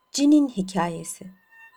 Cin'in Hikayesi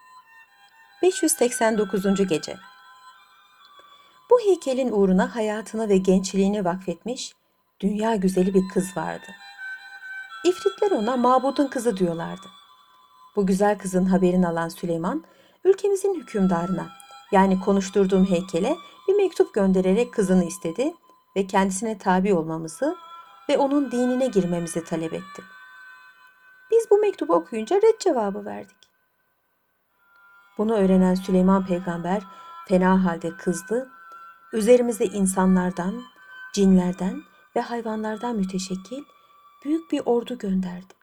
589. Gece. Bu heykelin uğruna hayatını ve gençliğini vakfetmiş dünya güzeli bir kız vardı. İfritler ona Mabud'un kızı diyorlardı. Bu güzel kızın haberini alan Süleyman, ülkemizin hükümdarına yani konuşturduğum heykele bir mektup göndererek kızını istedi ve kendisine tabi olmamızı ve onun dinine girmemizi talep etti. Biz bu mektubu okuyunca ret cevabı verdik. Bunu öğrenen Süleyman peygamber fena halde kızdı. Üzerimize insanlardan, cinlerden ve hayvanlardan müteşekkil büyük bir ordu gönderdi.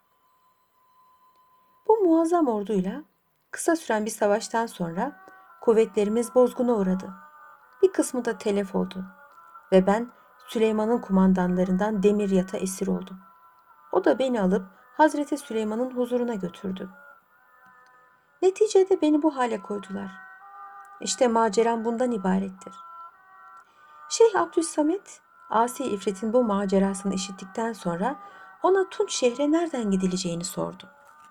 Bu muazzam orduyla kısa süren bir savaştan sonra kuvvetlerimiz bozguna uğradı. Bir kısmı da telef oldu ve ben Süleyman'ın kumandanlarından Demiryat'a esir oldum. O da beni alıp Hazreti Süleyman'ın huzuruna götürdü. Neticede beni bu hale koydular. İşte maceram bundan ibarettir. Şeyh Abdülsamet, Asi İfrit'in bu macerasını işittikten sonra ona Tunç şehre nereden gidileceğini sordu.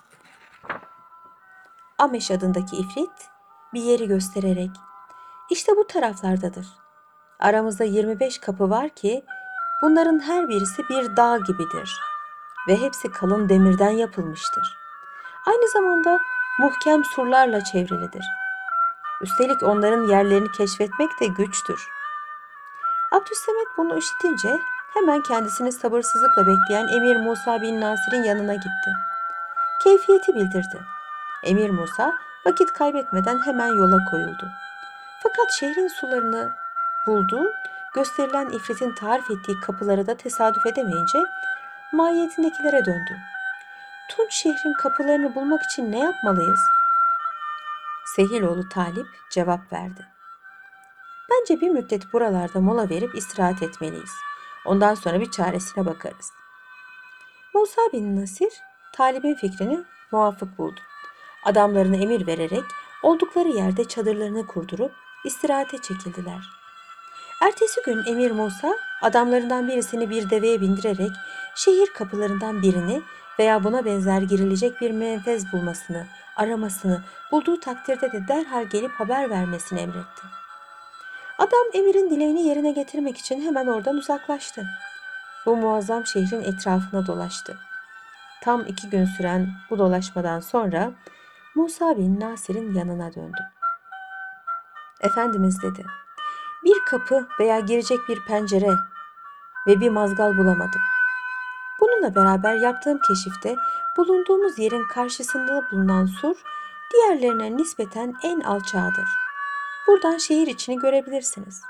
Ameş adındaki İfrit bir yeri göstererek, işte bu taraflardadır. Aramızda 25 kapı var ki bunların her birisi bir dağ gibidir ve hepsi kalın demirden yapılmıştır. Aynı zamanda muhkem surlarla çevrilidir. Üstelik onların yerlerini keşfetmek de güçtür. Abdülsemet bunu işitince hemen kendisini sabırsızlıkla bekleyen Emir Musa bin Nasir'in yanına gitti. Keyfiyeti bildirdi. Emir Musa vakit kaybetmeden hemen yola koyuldu. Fakat şehrin sularını buldu, gösterilen ifritin tarif ettiği kapılara da tesadüf edemeyince mahiyetindekilere döndü. Tunç şehrin kapılarını bulmak için ne yapmalıyız? Sehiloğlu Talip cevap verdi. Bence bir müddet buralarda mola verip istirahat etmeliyiz. Ondan sonra bir çaresine bakarız. Musa bin Nasir, Talib'in fikrini muvafık buldu. Adamlarına emir vererek oldukları yerde çadırlarını kurdurup istirahate çekildiler. Ertesi gün Emir Musa adamlarından birisini bir deveye bindirerek şehir kapılarından birini veya buna benzer girilecek bir menfez bulmasını, aramasını, bulduğu takdirde de derhal gelip haber vermesini emretti. Adam emirin dileğini yerine getirmek için hemen oradan uzaklaştı. Bu muazzam şehrin etrafına dolaştı. Tam 2 gün süren bu dolaşmadan sonra Musa bin Nasir'in yanına döndü. Efendimiz dedi, bir kapı veya girecek bir pencere ve bir mazgal bulamadım. Bununla beraber yaptığım keşifte bulunduğumuz yerin karşısında bulunan sur diğerlerine nispeten en alçağıdır. Buradan şehir içini görebilirsiniz.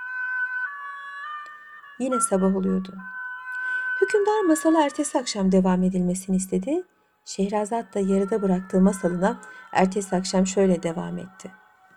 Yine sabah oluyordu. Hükümdar masala ertesi akşam devam edilmesini istedi. Şehrazat da yarıda bıraktığı masalına ertesi akşam şöyle devam etti.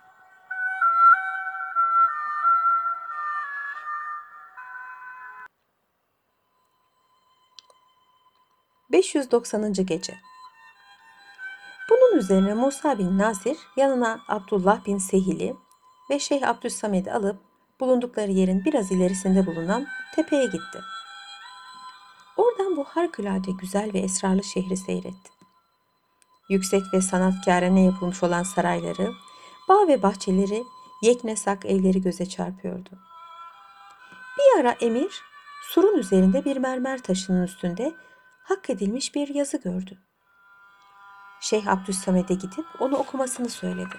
590. Gece. Bunun üzerine Musa bin Nasir yanına Abdullah bin Sehil'i ve Şeyh Abdüssamed'i alıp bulundukları yerin biraz ilerisinde bulunan tepeye gitti. Oradan bu harikulade güzel ve esrarlı şehri seyretti. Yüksek ve sanatkârane yapılmış olan sarayları, bağ ve bahçeleri, yeknesak evleri göze çarpıyordu. Bir ara emir, surun üzerinde bir mermer taşının üstünde hak edilmiş bir yazı gördü. Şeyh Abdüssamed'e gidip onu okumasını söyledi.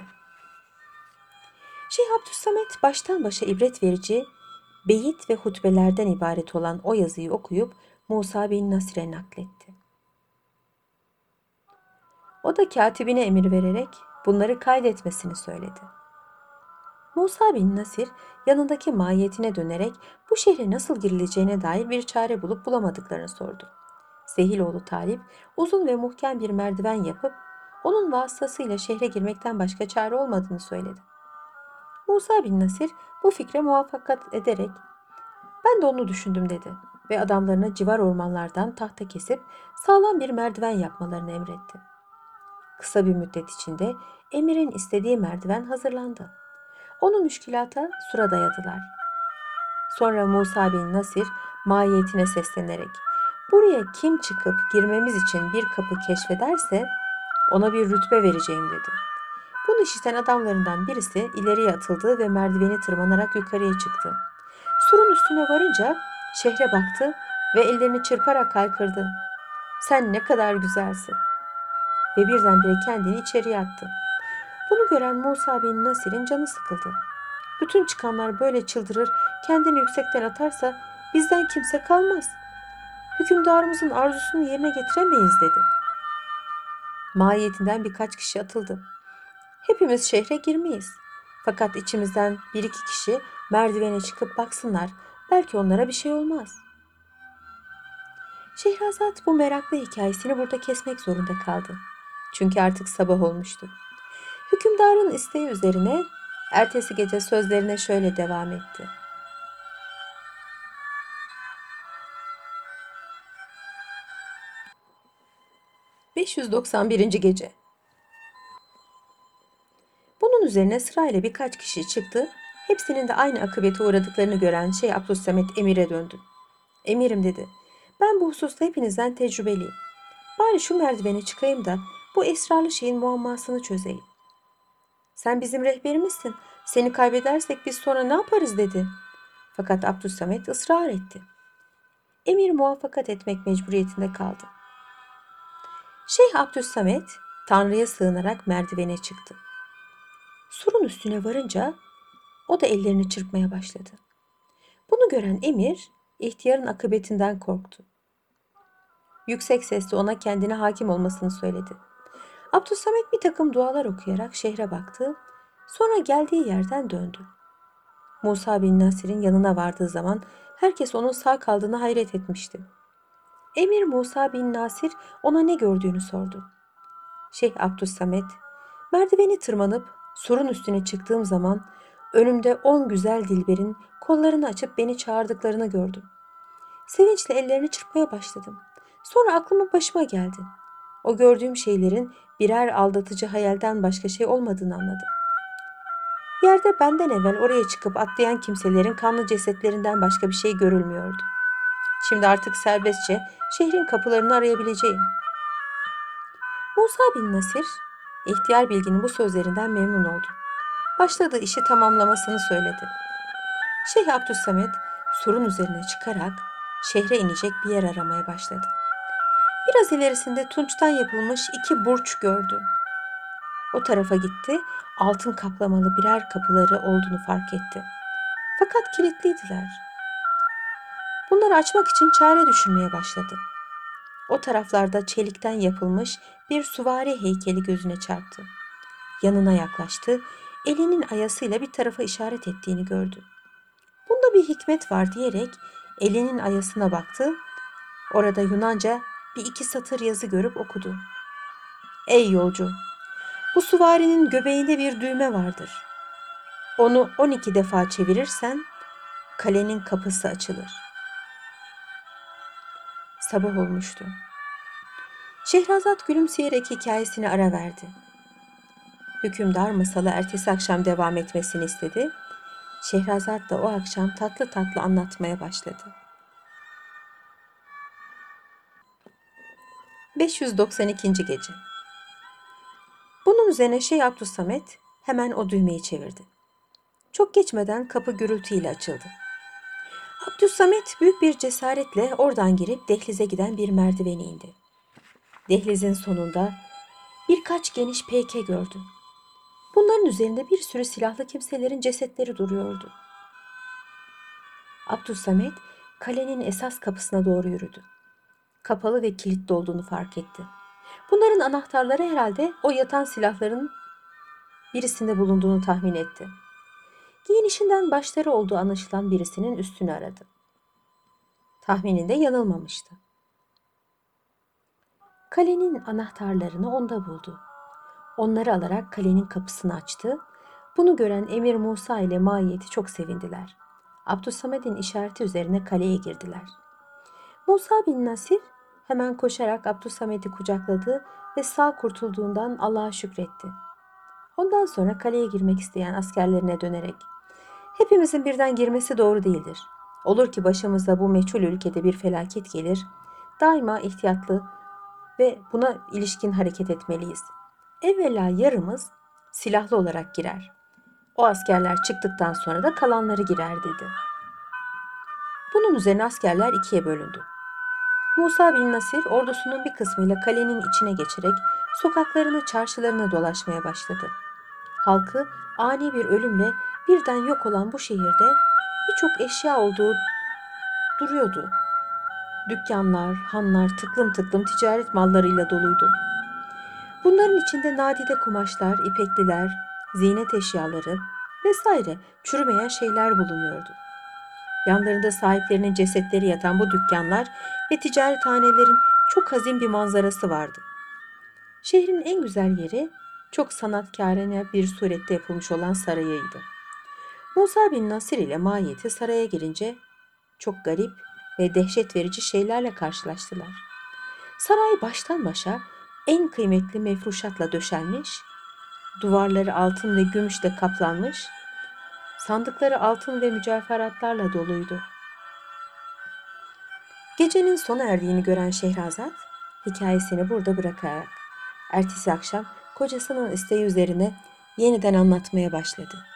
Şeyh Abdüssamed baştan başa ibret verici beyit ve hutbelerden ibaret olan o yazıyı okuyup Musa bin Nasir'e nakletti. O da katibine emir vererek bunları kaydetmesini söyledi. Musa bin Nasir yanındaki mahiyetine dönerek bu şehre nasıl girileceğine dair bir çare bulup bulamadıklarını sordu. Sehiloğlu Talip uzun ve muhkem bir merdiven yapıp onun vasıtasıyla şehre girmekten başka çare olmadığını söyledi. Musa bin Nasir bu fikre muvaffakat ederek ben de onu düşündüm dedi ve adamlarına civar ormanlardan tahta kesip sağlam bir merdiven yapmalarını emretti. Kısa bir müddet içinde emirin istediği merdiven hazırlandı. Onu müşkilata sura dayadılar. Sonra Musa bin Nasir mahiyetine seslenerek buraya kim çıkıp girmemiz için bir kapı keşfederse Ona bir rütbe vereceğim dedi. Bunu işiten adamlarından birisi ileriye atıldı ve merdiveni tırmanarak yukarıya çıktı. Surun üstüne varınca şehre baktı ve ellerini çırparak haykırdı. Sen ne kadar güzelsin. Ve birdenbire kendini içeriye attı. Bunu gören Musa bin Nasir'in canı sıkıldı. Bütün çıkanlar böyle çıldırır, kendini yüksekten atarsa bizden kimse kalmaz. Hükümdarımızın arzusunu yerine getiremeyiz dedi. Mahiyetinden birkaç kişi atıldı. Hepimiz şehre girmeyiz. Fakat içimizden bir iki kişi merdivene çıkıp baksınlar. Belki onlara bir şey olmaz. Şehrazat bu meraklı hikayesini burada kesmek zorunda kaldı. Çünkü artık sabah olmuştu. Hükümdarın isteği üzerine ertesi gece sözlerine şöyle devam etti. 591. Gece. Bunun üzerine sırayla birkaç kişi çıktı. Hepsinin de aynı akıbete uğradıklarını gören Şeyh Abdülsamet emire döndü. Emirim dedi. Ben bu hususta hepinizden tecrübeliyim. Bari şu merdivene çıkayım da bu esrarlı şeyin muammasını çözeyim. Sen bizim rehberimizsin. Seni kaybedersek biz sonra ne yaparız dedi. Fakat Abdülsamet ısrar etti. Emir muvaffakat etmek mecburiyetinde kaldı. Şeyh Abdülsamet Tanrı'ya sığınarak merdivene çıktı. Surun üstüne varınca o da ellerini çırpmaya başladı. Bunu gören emir ihtiyarın akıbetinden korktu. Yüksek sesle ona kendine hakim olmasını söyledi. Abdülsamet bir takım dualar okuyarak şehre baktı. Sonra geldiği yerden döndü. Musa bin Nasir'in yanına vardığı zaman herkes onun sağ kaldığına hayret etmişti. Emir Musa bin Nasir ona ne gördüğünü sordu. Şeyh Abdülsamet, merdiveni tırmanıp surun üstüne çıktığım zaman önümde 10 güzel dilberin kollarını açıp beni çağırdıklarını gördüm. Sevinçle ellerini çırpmaya başladım. Sonra aklıma başıma geldi. O gördüğüm şeylerin birer aldatıcı hayalden başka şey olmadığını anladım. Yerde benden evvel oraya çıkıp atlayan kimselerin kanlı cesetlerinden başka bir şey görülmüyordu. Şimdi artık serbestçe şehrin kapılarını arayabileceğim. Musa bin Nasir, ihtiyar bilginin bu sözlerinden memnun oldu. Başladığı işi tamamlamasını söyledi. Şeyh Abdülsamet surun üzerine çıkarak şehre inecek bir yer aramaya başladı. Biraz ilerisinde tunçtan yapılmış 2 burç gördü. O tarafa gitti, altın kaplamalı birer kapıları olduğunu fark etti. Fakat kilitliydiler. Bunları açmak için çare düşünmeye başladı. O taraflarda çelikten yapılmış bir süvari heykeli gözüne çarptı. Yanına yaklaştı, elinin ayasıyla bir tarafa işaret ettiğini gördü. Bunda bir hikmet var diyerek elinin ayasına baktı. Orada Yunanca bir iki satır yazı görüp okudu. Ey yolcu! Bu süvarinin göbeğinde bir düğme vardır. Onu 12 defa çevirirsen kalenin kapısı açılır. Sabah olmuştu. Şehrazat gülümseyerek hikayesine ara verdi. Hükümdar masalı ertesi akşam devam etmesini istedi. Şehrazat da o akşam tatlı tatlı anlatmaya başladı. 592. Gece. Bunun üzerine Şeyh Abdülsamet hemen o düğmeyi çevirdi. Çok geçmeden kapı gürültüyle açıldı. Abdülsamet büyük bir cesaretle oradan girip dehlize giden bir merdiveni indi. Dehlizin sonunda birkaç geniş peyke gördü. Bunların üzerinde bir sürü silahlı kimselerin cesetleri duruyordu. Abdülsamet kalenin esas kapısına doğru yürüdü. Kapalı ve kilitli olduğunu fark etti. Bunların anahtarları herhalde o yatan silahların birisinde bulunduğunu tahmin etti. Giyinişinden başları olduğu anlaşılan birisinin üstünü aradı. Tahmininde yanılmamıştı. Kalenin anahtarlarını onda buldu. Onları alarak kalenin kapısını açtı. Bunu gören Emir Musa ile maiyeti çok sevindiler. Abdülsamed'in işareti üzerine kaleye girdiler. Musa bin Nasir hemen koşarak Abdülsamed'i kucakladı ve sağ kurtulduğundan Allah'a şükretti. Ondan sonra kaleye girmek isteyen askerlerine dönerek hepimizin birden girmesi doğru değildir. Olur ki başımıza bu meçhul ülkede bir felaket gelir. Daima ihtiyatlı ve buna ilişkin hareket etmeliyiz. Evvela yarımız silahlı olarak girer. O askerler çıktıktan sonra da kalanları girer dedi. Bunun üzerine askerler ikiye bölündü. Musa bin Nasir ordusunun bir kısmıyla kalenin içine geçerek sokaklarını, çarşılarını dolaşmaya başladı. Halkı ani bir ölümle birden yok olan bu şehirde birçok eşya olduğu duruyordu. Dükkanlar, hanlar tıklım tıklım ticaret mallarıyla doluydu. Bunların içinde nadide kumaşlar, ipekliler, ziynet eşyaları vesaire çürümeyen şeyler bulunuyordu. Yanlarında sahiplerinin cesetleri yatan bu dükkanlar ve ticarethanelerin çok hazin bir manzarası vardı. Şehrin en güzel yeri çok sanatkârane bir surette yapılmış olan sarayıydı. Musa bin Nasir ile mahiyeti saraya girince çok garip ve dehşet verici şeylerle karşılaştılar. Saray baştan başa en kıymetli mefruşatla döşenmiş, duvarları altın ve gümüşle kaplanmış, sandıkları altın ve mücevheratlarla doluydu. Gecenin sona erdiğini gören Şehrazat hikayesini burada bırakarak ertesi akşam kocasının isteği üzerine yeniden anlatmaya başladı.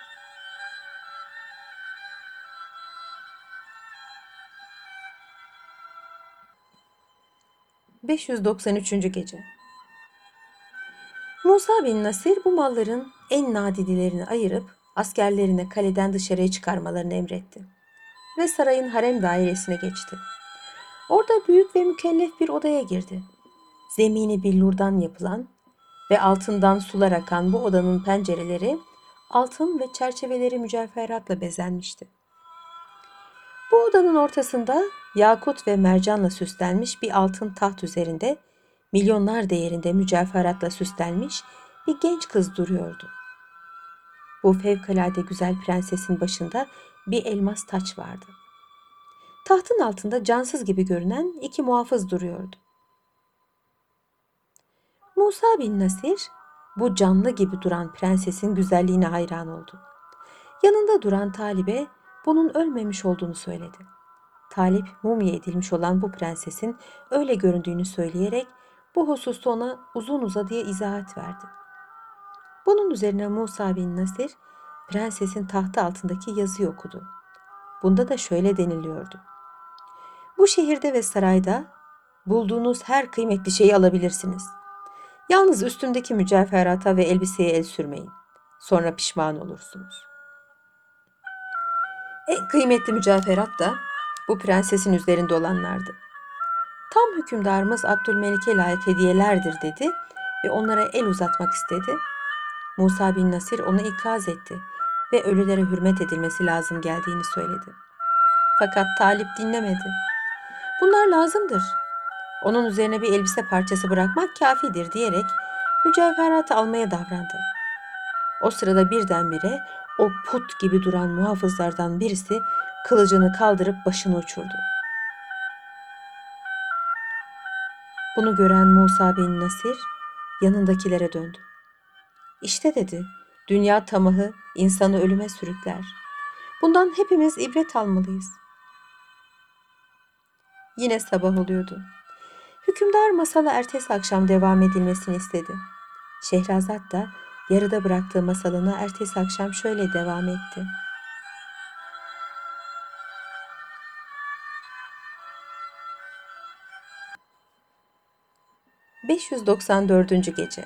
593. Gece. Musa bin Nasir bu malların en nadidilerini ayırıp askerlerine kaleden dışarıya çıkarmalarını emretti ve sarayın harem dairesine geçti. Orada büyük ve mükellef bir odaya girdi. Zemini billurdan yapılan ve altından sular akan bu odanın pencereleri altın ve çerçeveleri mücevheratla bezenmişti. Bu odanın ortasında yakut ve mercanla süslenmiş bir altın taht üzerinde milyonlar değerinde mücevheratla süslenmiş bir genç kız duruyordu. Bu fevkalade güzel prensesin başında bir elmas taç vardı. Tahtın altında cansız gibi görünen iki muhafız duruyordu. Musa bin Nasir bu canlı gibi duran prensesin güzelliğine hayran oldu. Yanında duran talibe bunun ölmemiş olduğunu söyledi. Talip mumya edilmiş olan bu prensesin öyle göründüğünü söyleyerek bu hususta ona uzun uzadıya izahat verdi. Bunun üzerine Musa bin Nasir prensesin tahtı altındaki yazıyı okudu. Bunda da şöyle deniliyordu. Bu şehirde ve sarayda bulduğunuz her kıymetli şeyi alabilirsiniz. Yalnız üstümdeki mücevherata ve elbiseye el sürmeyin. Sonra pişman olursunuz. En kıymetli mücevherat da bu prensesin üzerinde olanlardı. Tam hükümdarımız Abdülmelik'e layık hediyelerdir dedi ve onlara el uzatmak istedi. Musa bin Nasir onu ikaz etti ve ölülere hürmet edilmesi lazım geldiğini söyledi. Fakat Talip dinlemedi. Bunlar lazımdır. Onun üzerine bir elbise parçası bırakmak kafidir diyerek mücevheratı almaya davrandı. O sırada birdenbire o put gibi duran muhafızlardan birisi kılıcını kaldırıp başını uçurdu. Bunu gören Musa bin Nasir yanındakilere döndü. İşte dedi, dünya tamahı insanı ölüme sürükler. Bundan hepimiz ibret almalıyız. Yine sabah oluyordu. Hükümdar masala ertesi akşam devam edilmesini istedi. Şehrazat da yarıda bıraktığı masalına ertesi akşam şöyle devam etti. 594. Gece.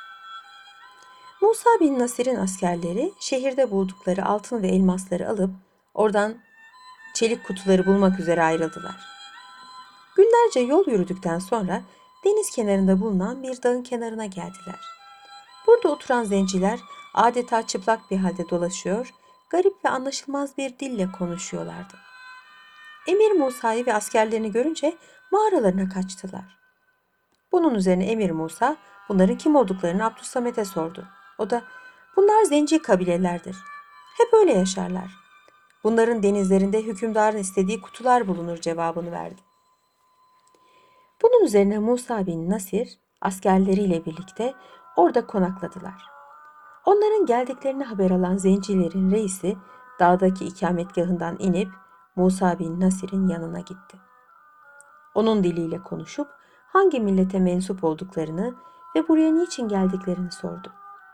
Musa bin Nasir'in askerleri şehirde buldukları altın ve elmasları alıp oradan çelik kutuları bulmak üzere ayrıldılar. Günlerce yol yürüdükten sonra deniz kenarında bulunan bir dağın kenarına geldiler. Burada oturan zenciler adeta çıplak bir halde dolaşıyor, garip ve anlaşılmaz bir dille konuşuyorlardı. Emir Musa'yı ve askerlerini görünce mağaralarına kaçtılar. Bunun üzerine Emir Musa bunların kim olduklarını Abdülsamet'e sordu. O da bunlar zenci kabilelerdir. Hep öyle yaşarlar. Bunların denizlerinde hükümdarın istediği kutular bulunur cevabını verdi. Bunun üzerine Musa bin Nasir askerleriyle birlikte orada konakladılar. Onların geldiklerini haber alan zencilerin reisi dağdaki ikametgahından inip Musa bin Nasir'in yanına gitti. Onun diliyle konuşup hangi millete mensup olduklarını ve buraya niçin geldiklerini sordu.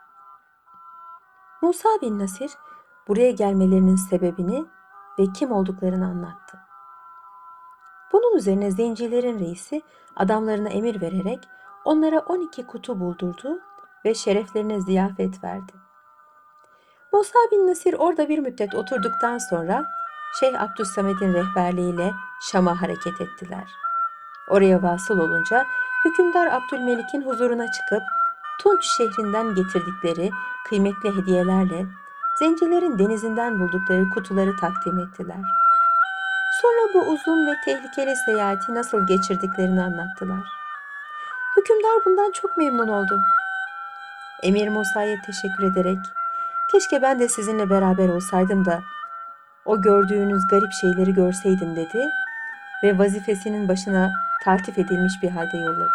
Musa bin Nasir buraya gelmelerinin sebebini ve kim olduklarını anlattı. Bunun üzerine zencilerin reisi adamlarına emir vererek onlara 12 kutu buldurdu ve şereflerine ziyafet verdi. Musa bin Nasir orada bir müddet oturduktan sonra Şeyh Abdüssamed'in rehberliğiyle Şam'a hareket ettiler. Oraya vasıl olunca hükümdar Abdülmelik'in huzuruna çıkıp Tunç şehrinden getirdikleri kıymetli hediyelerle zencilerin denizinden buldukları kutuları takdim ettiler. Sonra bu uzun ve tehlikeli seyahati nasıl geçirdiklerini anlattılar. Hükümdar bundan çok memnun oldu. Emir Musa'ya teşekkür ederek "Keşke ben de sizinle beraber olsaydım da o gördüğünüz garip şeyleri görseydim" dedi ve vazifesinin başına taltif edilmiş bir halde yolladı.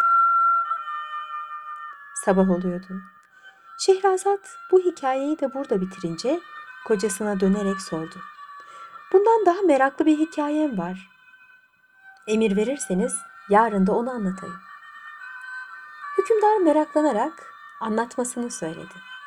Sabah oluyordu. Şehrazat bu hikayeyi de burada bitirince kocasına dönerek sordu. "Bundan daha meraklı bir hikayem var. Emir verirseniz yarın da onu anlatayım." Hükümdar meraklanarak anlatmasını söyledi.